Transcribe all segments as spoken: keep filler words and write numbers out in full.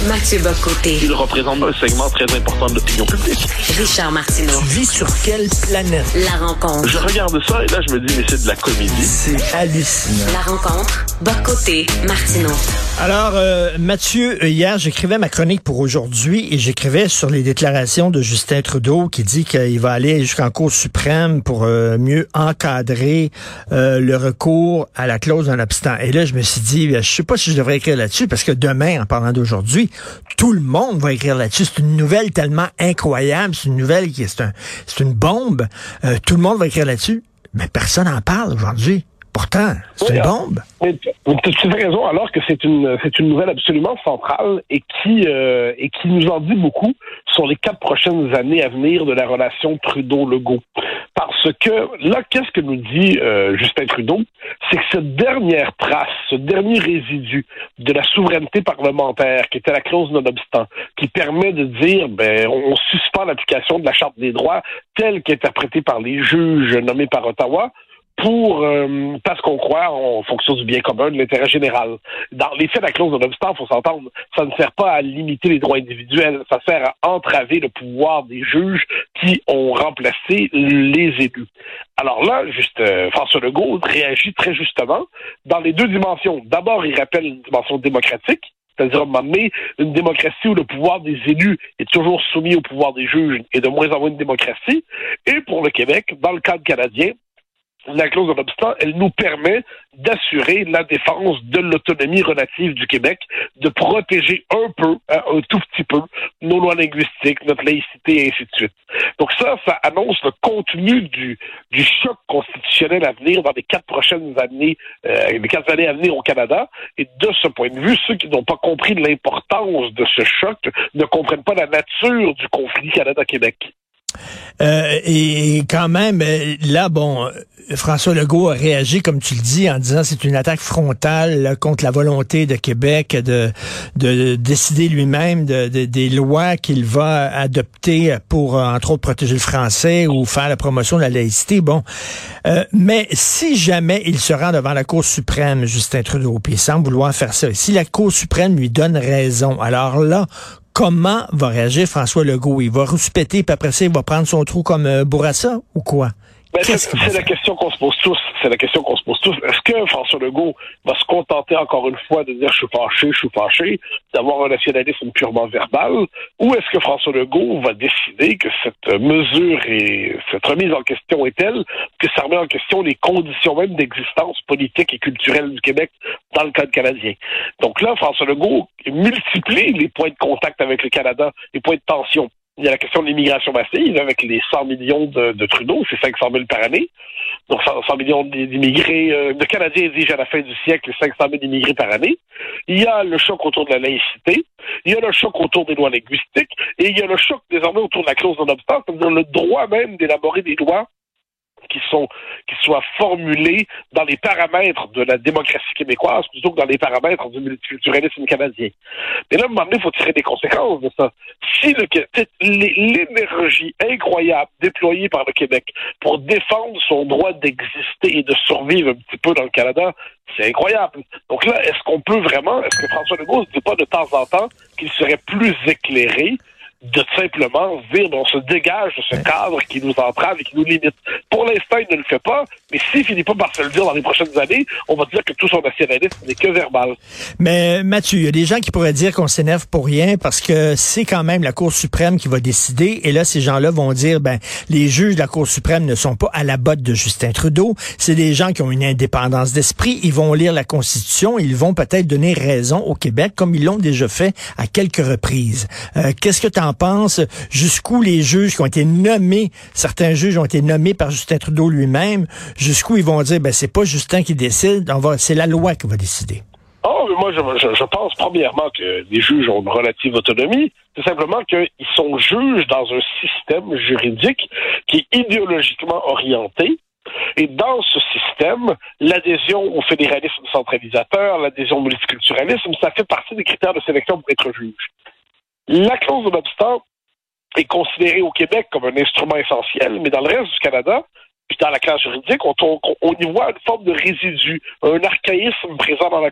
Mathieu Bock-Côté. Il représente un segment très important de l'opinion publique. Richard Martineau. Tu vis sur quelle planète? La rencontre. Je regarde ça et là, je me dis, mais c'est de la comédie. C'est hallucinant. La rencontre. Bock-Côté, Martineau. Alors, euh, Mathieu, hier, j'écrivais ma chronique pour aujourd'hui et j'écrivais sur les déclarations de Justin Trudeau qui dit qu'il va aller jusqu'en Cour suprême pour euh, mieux encadrer euh, le recours à la clause non-obstant. Et là, je me suis dit, je sais pas si je devrais écrire là-dessus parce que demain, en parlant d'aujourd'hui, tout le monde va écrire là-dessus. C'est une nouvelle tellement incroyable, c'est une nouvelle qui est, c'est un, c'est une bombe. Euh, tout le monde va écrire là-dessus, mais personne n'en parle aujourd'hui. Pourtant, c'est oui, une bombe. Mais tu as raison, alors que c'est une c'est une nouvelle absolument centrale et qui euh, et qui nous en dit beaucoup sur les quatre prochaines années à venir de la relation Trudeau-Legault. Parce que là, qu'est-ce que nous dit euh, Justin Trudeau? C'est que cette dernière trace, ce dernier résidu de la souveraineté parlementaire, qui était la clause non-obstant, qui permet de dire, ben, on suspend l'application de la Charte des droits telle qu'interprétée par les juges nommés par Ottawa, pour euh, parce qu'on croit en fonction du bien commun, de l'intérêt général. Dans les faits, la clause non-obstant, il faut s'entendre, ça ne sert pas à limiter les droits individuels, ça sert à entraver le pouvoir des juges qui ont remplacé les élus. Alors là, juste euh, François Legault réagit très justement dans les deux dimensions. D'abord, il rappelle une dimension démocratique, c'est-à-dire à un moment donné, une démocratie où le pouvoir des élus est toujours soumis au pouvoir des juges et de moins en moins une démocratie. Et pour le Québec, dans le cadre canadien, la clause non-obstant, elle nous permet d'assurer la défense de l'autonomie relative du Québec, de protéger un peu, hein, un tout petit peu, nos lois linguistiques, notre laïcité et ainsi de suite. Donc ça, ça annonce le contenu du, du choc constitutionnel à venir dans les quatre prochaines années, euh, les quatre années à venir au Canada. Et de ce point de vue, ceux qui n'ont pas compris l'importance de ce choc ne comprennent pas la nature du conflit Canada-Québec. Euh, et quand même, là, bon, François Legault a réagi, comme tu le dis, en disant c'est une attaque frontale là, contre la volonté de Québec de, de décider lui-même de, de, des lois qu'il va adopter pour, entre autres, protéger le français ou faire la promotion de la laïcité. Bon, euh, mais si jamais il se rend devant la Cour suprême, Justin Trudeau, puis il semble vouloir faire ça, si la Cour suprême lui donne raison, alors là, comment va réagir François Legault? Il va rouspéter, puis après ça, il va prendre son trou comme euh, Bourassa, ou quoi? Ben, c'est, c'est la question qu'on se pose tous. C'est la question qu'on se pose tous. Est-ce que François Legault va se contenter encore une fois de dire « je suis fâché, je suis fâché », d'avoir un nationalisme purement verbal, ou est-ce que François Legault va décider que cette mesure et cette remise en question est telle que ça remet en question les conditions même d'existence politique et culturelle du Québec dans le cadre canadien? Donc là, François Legault multiplie les points de contact avec le Canada, les points de tension. Il y a la question de l'immigration massive avec les cent millions de, de Trudeau, c'est cinq cent mille par année. Donc cent millions d'immigrés, euh, de Canadiens exigent à la fin du siècle cinq cent mille immigrés par année. Il y a le choc autour de la laïcité, il y a le choc autour des lois linguistiques, et il y a le choc désormais autour de la clause non-obstant, c'est-à-dire le droit même d'élaborer des lois qui sont qui soient formulées dans les paramètres de la démocratie québécoise plutôt que dans les paramètres du multiculturalisme canadien. Mais là, à un moment donné, il faut tirer des conséquences de ça. Si le, l'énergie incroyable déployée par le Québec pour défendre son droit d'exister et de survivre un petit peu dans le Canada, c'est incroyable. Donc là, est-ce qu'on peut vraiment, est-ce que François Legault ne se dit pas de temps en temps qu'il serait plus éclairé de simplement dire on se dégage de ce cadre qui nous entrave et qui nous limite. Pour l'instant, il ne le fait pas, mais s'il finit pas par se le dire dans les prochaines années, on va dire que tout son nationalisme n'est que verbal. Mais Mathieu, il y a des gens qui pourraient dire qu'on s'énerve pour rien parce que c'est quand même la Cour suprême qui va décider, et là, ces gens-là vont dire, ben, les juges de la Cour suprême ne sont pas à la botte de Justin Trudeau, c'est des gens qui ont une indépendance d'esprit, ils vont lire la Constitution, ils vont peut-être donner raison au Québec, comme ils l'ont déjà fait à quelques reprises. Euh, qu'est-ce que tu en penses? Jusqu'où les juges qui ont été nommés, certains juges ont été nommés par Justin Trudeau lui-même, jusqu'où ils vont dire, ben c'est pas Justin qui décide, on va, c'est la loi qui va décider. Oh, mais moi, je, je, je pense premièrement que les juges ont une relative autonomie. C'est simplement qu'ils sont juges dans un système juridique qui est idéologiquement orienté. Et dans ce système, l'adhésion au fédéralisme centralisateur, l'adhésion au multiculturalisme, ça fait partie des critères de sélection pour être juge. La clause non-obstant est considérée au Québec comme un instrument essentiel, mais dans le reste du Canada, puis dans la classe juridique, on, on, on y voit une forme de résidu, un archaïsme présent dans la Constitution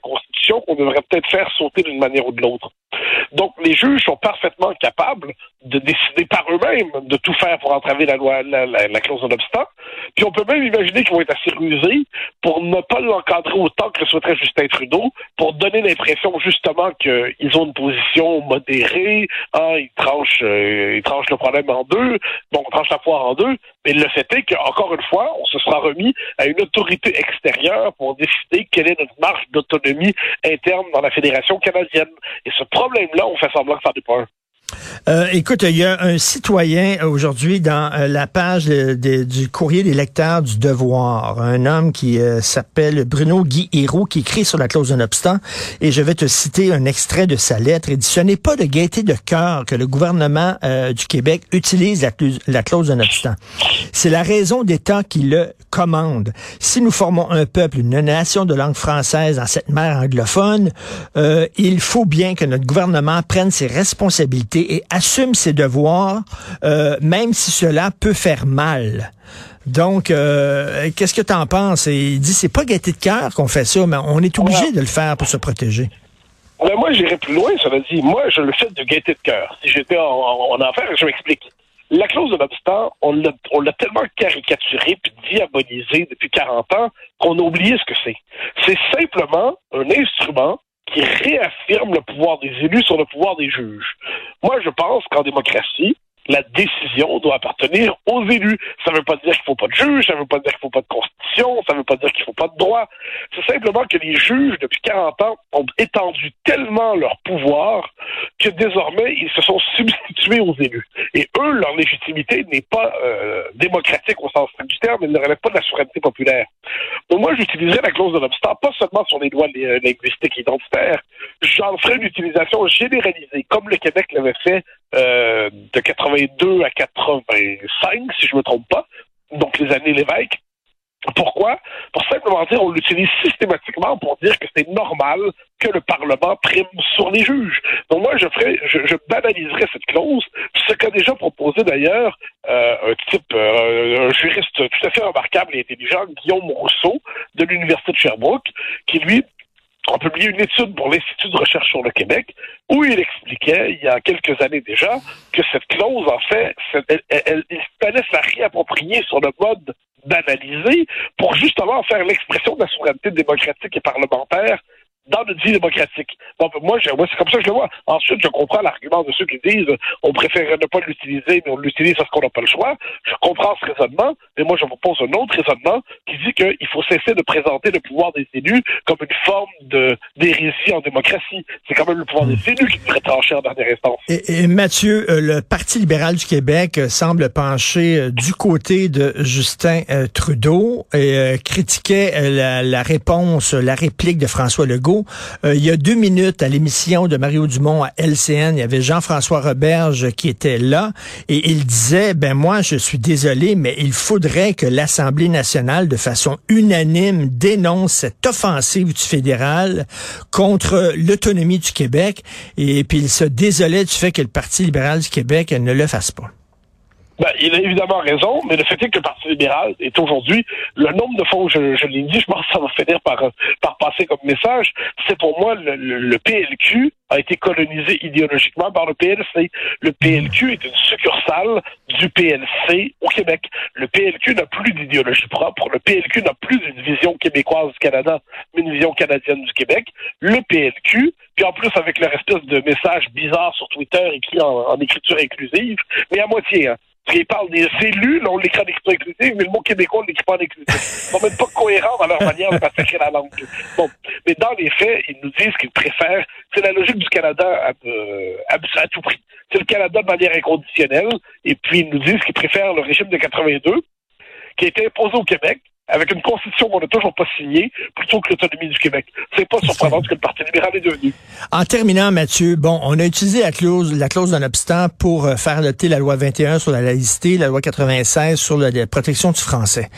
Constitution qu'on devrait peut-être faire sauter d'une manière ou de l'autre. Donc, les juges sont parfaitement capables de décider par eux-mêmes de tout faire pour entraver la loi, la, la, la clause non-obstant. Puis on peut même imaginer qu'ils vont être assez rusés pour ne pas l'encadrer autant que le souhaiterait Justin Trudeau, pour donner l'impression justement qu'ils ont une position modérée, hein, ils tranchent, euh, ils tranchent le problème en deux, bon, on tranche la poire en deux, mais le fait est qu'encore une fois, on se sera remis à une autorité extérieure pour décider quelle est notre marge d'autonomie interne dans la Fédération canadienne. Et ce problème-là, on fait semblant que ça n'est pas un. Euh, écoute, il y a un citoyen aujourd'hui dans euh, la page de, de, du courrier des lecteurs du Devoir, un homme qui euh, s'appelle Bruno Guy Héroux, qui écrit sur la clause non-obstant, et je vais te citer un extrait de sa lettre. Il dit: ce n'est pas de gaieté de cœur que le gouvernement euh, du Québec utilise la, la clause non-obstant. C'est la raison d'État qui le commande. Si nous formons un peuple, une nation de langue française dans cette mer anglophone, euh, il faut bien que notre gouvernement prenne ses responsabilités et assume ses devoirs, euh, même si cela peut faire mal. Donc, euh, qu'est-ce que tu en penses? Et il dit, c'est pas gaieté de cœur qu'on fait ça, mais on est obligé de le faire pour se protéger. Mais moi, j'irais plus loin, ça veut dire, moi, je le fais de gaieté de cœur. Si j'étais en, en, en enfer, je m'explique. La clause non-obstant, on l'a, on l'a tellement caricaturé puis diabolisé depuis quarante ans qu'on a oublié ce que c'est. C'est simplement un instrument qui réaffirme le pouvoir des élus sur le pouvoir des juges. Moi, je pense qu'en démocratie, la décision doit appartenir aux élus. Ça ne veut pas dire qu'il ne faut pas de juge, ça ne veut pas dire qu'il ne faut pas de constitution, ça ne veut pas dire qu'il ne faut pas de droit. C'est simplement que les juges, depuis quarante ans, ont étendu tellement leur pouvoir que désormais, ils se sont substitués aux élus. Et eux, leur légitimité n'est pas euh, démocratique au sens strict du terme, elle ne relève pas de la souveraineté populaire. Donc moi, j'utiliserais la clause de non-obstant, pas seulement sur les lois linguistiques et identitaires, j'en ferais une utilisation généralisée, comme le Québec l'avait fait euh, de quatre-vingt-deux à quatre-vingt-cinq, si je ne me trompe pas, donc les années Lévesque. Pourquoi? Pour simplement dire, on l'utilise systématiquement pour dire que c'est normal que le Parlement prime sur les juges. Donc moi, je ferais, je, je banaliserais cette clause, ce qu'a déjà proposé d'ailleurs euh, un type, euh, un juriste tout à fait remarquable et intelligent, Guillaume Rousseau, de l'Université de Sherbrooke, qui lui a publié une étude pour l'Institut de recherche sur le Québec, où il expliquait, il y a quelques années déjà, que cette clause, en fait, elle, elle, elle, il fallait se la réapproprier sur le mode banalisé pour justement faire l'expression de la souveraineté démocratique et parlementaire dans notre vie démocratique. Donc, moi, je, moi, c'est comme ça que je le vois. Ensuite, je comprends l'argument de ceux qui disent on préférerait ne pas l'utiliser, mais on l'utilise parce qu'on n'a pas le choix. Je comprends ce raisonnement, mais moi, je vous pose un autre raisonnement qui dit qu'il faut cesser de présenter le pouvoir des élus comme une forme de d'hérésie en démocratie. C'est quand même le pouvoir des élus qui devrait trancher en dernière instance. Et, et Mathieu, euh, le Parti libéral du Québec euh, semble pencher euh, du côté de Justin euh, Trudeau et euh, critiquait euh, la, la réponse, la réplique de François Legault. Euh, il y a deux minutes, à l'émission de Mario Dumont à L C N, il y avait Jean-François Roberge qui était là et il disait, ben moi, je suis désolé, mais il faudrait que l'Assemblée nationale, de façon unanime, dénonce cette offensive du fédéral contre l'autonomie du Québec. Et puis il se désolait du fait que le Parti libéral du Québec ne le fasse pas. Ben, il a évidemment raison, mais le fait est que le Parti libéral est aujourd'hui, le nombre de fois où je, je l'ai dit, je pense que ça va finir par, par passer comme message, c'est pour moi le, le, le P L Q a été colonisé idéologiquement par le P L C. Le P L Q est une succursale du P L C au Québec. Le P L Q n'a plus d'idéologie propre. Le P L Q n'a plus une vision québécoise du Canada, mais une vision canadienne du Québec. Le P L Q, puis en plus avec leur espèce de message bizarre sur Twitter écrit en, en écriture inclusive, mais à moitié, hein. Parce qu'ils parlent des élus, là, on l'écrit en écriture inclusive, mais le mot québécois, on l'écrit pas en inclusive. Ils sont même pas cohérents dans leur manière de massacrer la langue. Bon. Mais dans les faits, ils nous disent qu'ils préfèrent, c'est la logique du Canada à, euh, à, à tout prix. C'est le Canada de manière inconditionnelle, et puis ils nous disent qu'ils préfèrent le régime de quatre-vingt-deux, qui a été imposé au Québec, avec une constitution qu'on n'a toujours pas signée, plutôt que l'autonomie du Québec. C'est pas surprenant ce que le Parti libéral est devenu. En terminant, Mathieu, bon, on a utilisé la clause, la clause non-obstant pour faire adopter la loi vingt et un sur la laïcité, la loi quatre-vingt-seize sur la, la protection du français.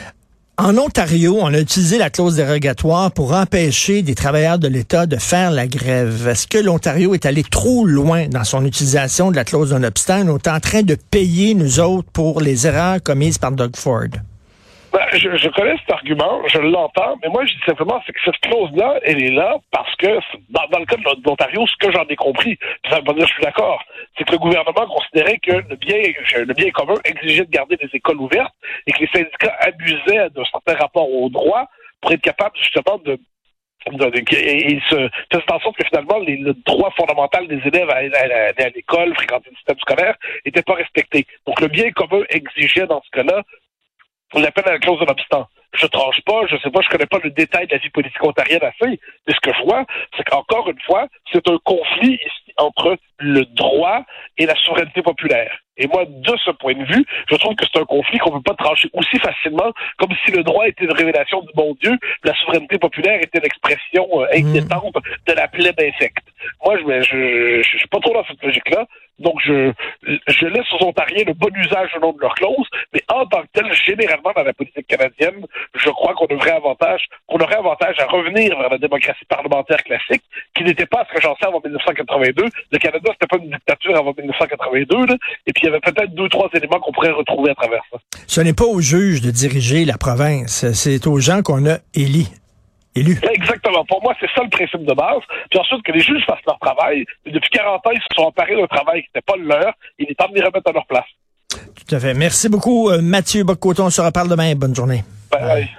En Ontario, on a utilisé la clause dérogatoire pour empêcher des travailleurs de l'État de faire la grève. Est-ce que l'Ontario est allé trop loin dans son utilisation de la clause non-obstant? On est en train de payer, nous autres, pour les erreurs commises par Doug Ford. Ben, je, je connais cet argument, je l'entends, mais moi je dis simplement c'est que cette clause-là, elle est là parce que dans, dans le cas de l'Ontario, ce que j'en ai compris, ça veut pas dire que je suis d'accord, c'est que le gouvernement considérait que le bien, le bien commun exigeait de garder les écoles ouvertes et que les syndicats abusaient d'un certain rapport au droit pour être capables justement de et il se fait en sorte que finalement les, le droit fondamental des élèves à aller à, à, à l'école, fréquenter le système scolaire, n'était pas respecté. Donc le bien commun exigeait dans ce cas-là, on l'appelle la clause de l'obstant. Je tranche pas, je sais pas, je connais pas le détail de la vie politique ontarienne assez, mais ce que je vois, c'est qu'encore une fois, c'est un conflit ici entre le droit et la souveraineté populaire. Et moi, de ce point de vue, je trouve que c'est un conflit qu'on ne peut pas trancher aussi facilement, comme si le droit était une révélation du bon Dieu, la souveraineté populaire était l'expression euh, inquiétante de la plaie infecte. Moi, je, je, je, je suis pas trop dans cette logique-là. Donc, je, je laisse aux Ontariens le bon usage au nom de leur clause, mais en tant que tel, généralement, dans la politique canadienne, je crois qu'on devrait avantage, qu'on aurait avantage à revenir vers la démocratie parlementaire classique, qui n'était pas, à ce que j'en sais, avant dix-neuf cent quatre-vingt-deux. Le Canada, c'était pas une dictature avant dix-neuf cent quatre-vingt-deux, là, et puis il y avait peut-être deux, trois éléments qu'on pourrait retrouver à travers ça. Ce n'est pas aux juges de diriger la province, c'est aux gens qu'on a élus. Élus. Exactement. Pour moi, c'est ça le principe de base. Puis ensuite, que les juges fassent leur travail. Et depuis quarante ans, ils se sont emparés d'un travail qui n'était pas le leur. Il est temps de les remettre à leur place. Tout à fait. Merci beaucoup, Mathieu Bock-Côton. On se reparle demain. Bonne journée. Bye. Bye.